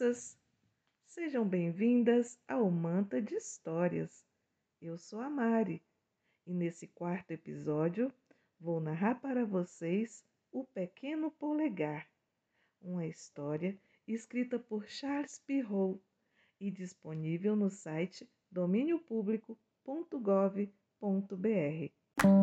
crianças! Sejam bem-vindas ao Manta de Histórias. Eu sou a Mari e nesse quarto episódio vou narrar para vocês O Pequeno Polegar, uma história escrita por Charles Perrault e disponível no site dominiopublico.gov.br.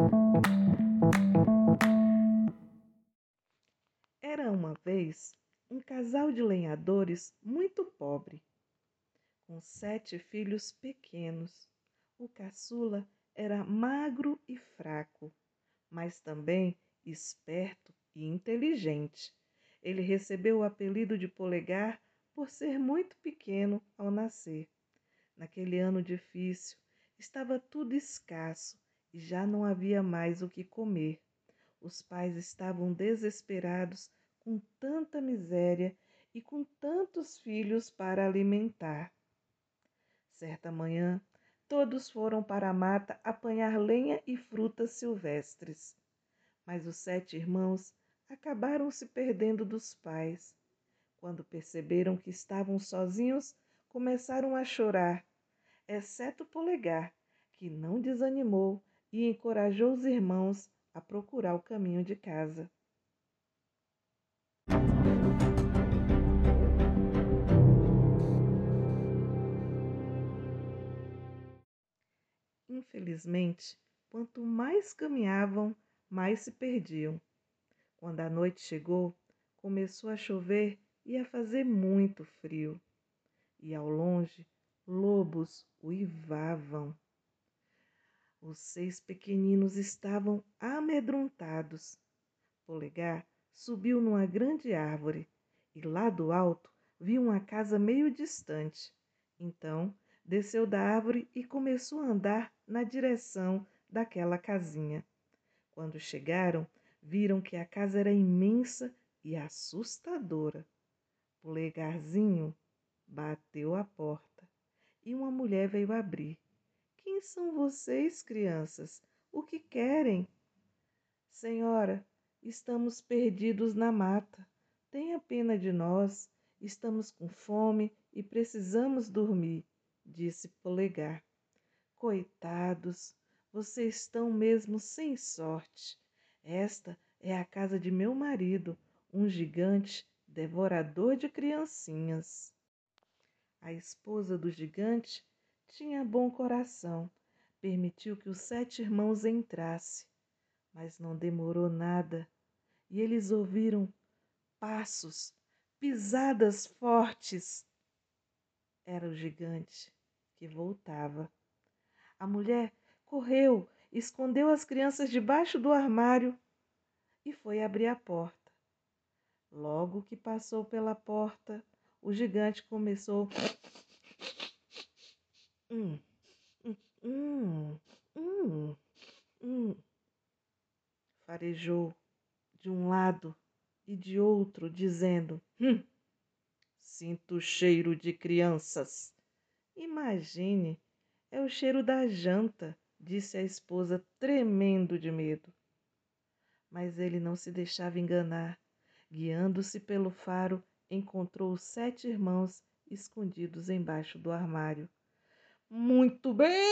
Era uma vez um casal de lenhadores muito pobre, com 7 filhos pequenos. O caçula era magro e fraco, mas também esperto e inteligente. Ele recebeu o apelido de Polegar por ser muito pequeno ao nascer. Naquele ano difícil, estava tudo escasso e já não havia mais o que comer. Os pais estavam desesperados com tanta miséria e com tantos filhos para alimentar. Certa manhã, todos foram para a mata apanhar lenha e frutas silvestres. Mas os 7 irmãos acabaram se perdendo dos pais. Quando perceberam que estavam sozinhos, começaram a chorar, exceto Polegar, que não desanimou e encorajou os irmãos a procurar o caminho de casa. Infelizmente, quanto mais caminhavam, mais se perdiam. Quando a noite chegou, começou a chover e a fazer muito frio. E ao longe, lobos uivavam. Os 6 pequeninos estavam amedrontados. Polegar subiu numa grande árvore e lá do alto viu uma casa meio distante. Então desceu da árvore e começou a andar na direção daquela casinha. Quando chegaram, viram que a casa era imensa e assustadora. Polegarzinho bateu a porta e uma mulher veio abrir. Quem são vocês, crianças? O que querem? Senhora, estamos perdidos na mata. Tenha pena de nós. Estamos com fome e precisamos dormir, disse Polegar. Coitados, vocês estão mesmo sem sorte. Esta é a casa de meu marido, um gigante devorador de criancinhas. A esposa do gigante tinha bom coração. Permitiu que os 7 irmãos entrassem. Mas não demorou nada e eles ouviram passos, pisadas fortes. Era o gigante que voltava. A mulher correu, escondeu as crianças debaixo do armário e foi abrir a porta. Logo que passou pela porta, o gigante começou hum, hum, hum, hum, farejou de um lado e de outro, dizendo: sinto cheiro de crianças. Imagine, é o cheiro da janta, disse a esposa, tremendo de medo. Mas ele não se deixava enganar. Guiando-se pelo faro, encontrou os 7 irmãos escondidos embaixo do armário. Muito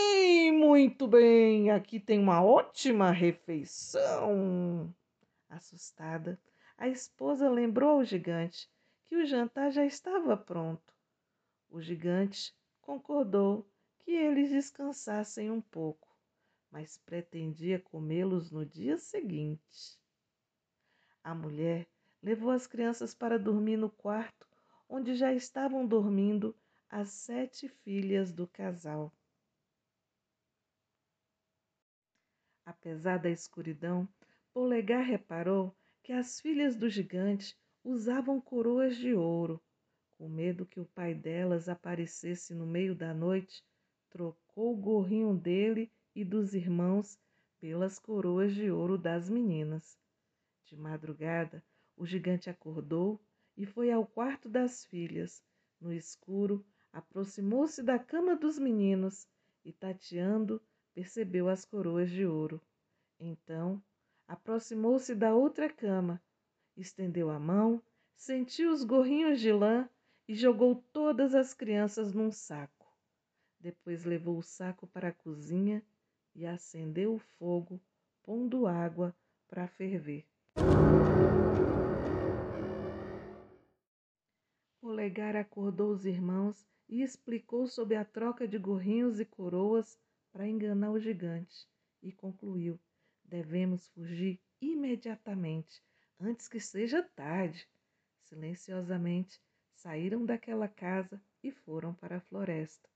bem, aqui tem uma ótima refeição. Assustada, a esposa lembrou ao gigante que o jantar já estava pronto. O gigante concordou que eles descansassem um pouco, mas pretendia comê-los no dia seguinte. A mulher levou as crianças para dormir no quarto onde já estavam dormindo as 7 filhas do casal. Apesar da escuridão, Polegar reparou que as filhas do gigante usavam coroas de ouro. Com medo que o pai delas aparecesse no meio da noite, trocou o gorrinho dele e dos irmãos pelas coroas de ouro das meninas. De madrugada, o gigante acordou e foi ao quarto das filhas. No escuro, aproximou-se da cama dos meninos e, tateando, percebeu as coroas de ouro. Então, aproximou-se da outra cama, estendeu a mão, sentiu os gorrinhos de lã e jogou todas as crianças num saco. Depois levou o saco para a cozinha e acendeu o fogo, pondo água para ferver. Polegar acordou os irmãos e explicou sobre a troca de gorrinhos e coroas para enganar o gigante e concluiu: devemos fugir imediatamente, antes que seja tarde. Silenciosamente saíram daquela casa e foram para a floresta.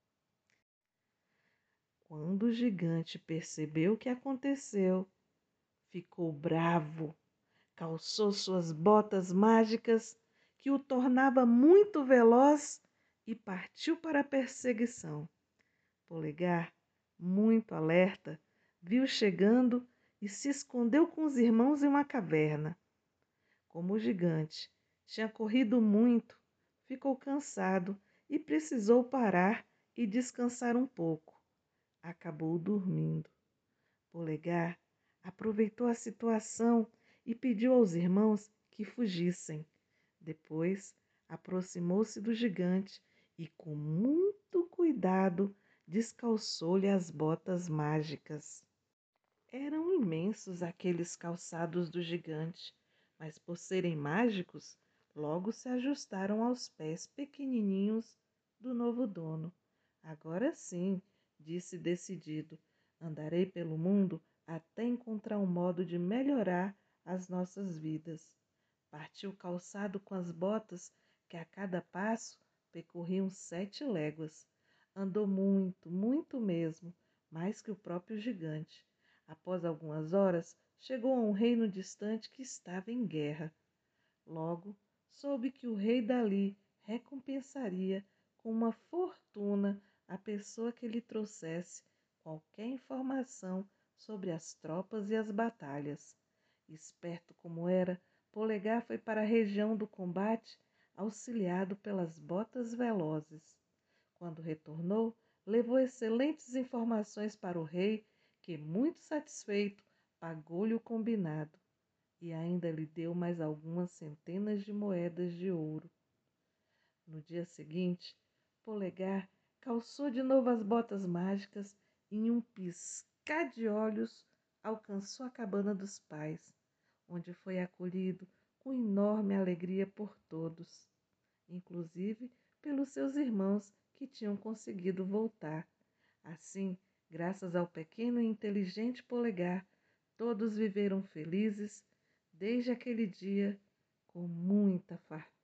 Quando o gigante percebeu o que aconteceu, ficou bravo, calçou suas botas mágicas, que o tornava muito veloz, e partiu para a perseguição. Polegar, muito alerta, viu chegando e se escondeu com os irmãos em uma caverna. Como o gigante tinha corrido muito, ficou cansado e precisou parar e descansar um pouco. Acabou dormindo. Polegar aproveitou a situação e pediu aos irmãos que fugissem. Depois, aproximou-se do gigante e, com muito cuidado, descalçou-lhe as botas mágicas. Eram imensos aqueles calçados do gigante, mas por serem mágicos, logo se ajustaram aos pés pequenininhos do novo dono. Agora sim, disse decidido, andarei pelo mundo até encontrar um modo de melhorar as nossas vidas. Partiu calçado com as botas que a cada passo percorriam 7 léguas. Andou muito, muito mesmo, mais que o próprio gigante. Após algumas horas, chegou a um reino distante que estava em guerra. Logo, soube que o rei dali recompensaria com uma fortuna a pessoa que lhe trouxesse qualquer informação sobre as tropas e as batalhas. Esperto como era, Polegar foi para a região do combate, auxiliado pelas botas velozes. Quando retornou, levou excelentes informações para o rei, que, muito satisfeito, pagou-lhe o combinado e ainda lhe deu mais algumas centenas de moedas de ouro. No dia seguinte, Polegar calçou de novo as botas mágicas e, em um piscar de olhos, alcançou a cabana dos pais, onde foi acolhido com enorme alegria por todos, inclusive pelos seus irmãos que tinham conseguido voltar. Assim, graças ao pequeno e inteligente Polegar, todos viveram felizes desde aquele dia com muita fartura.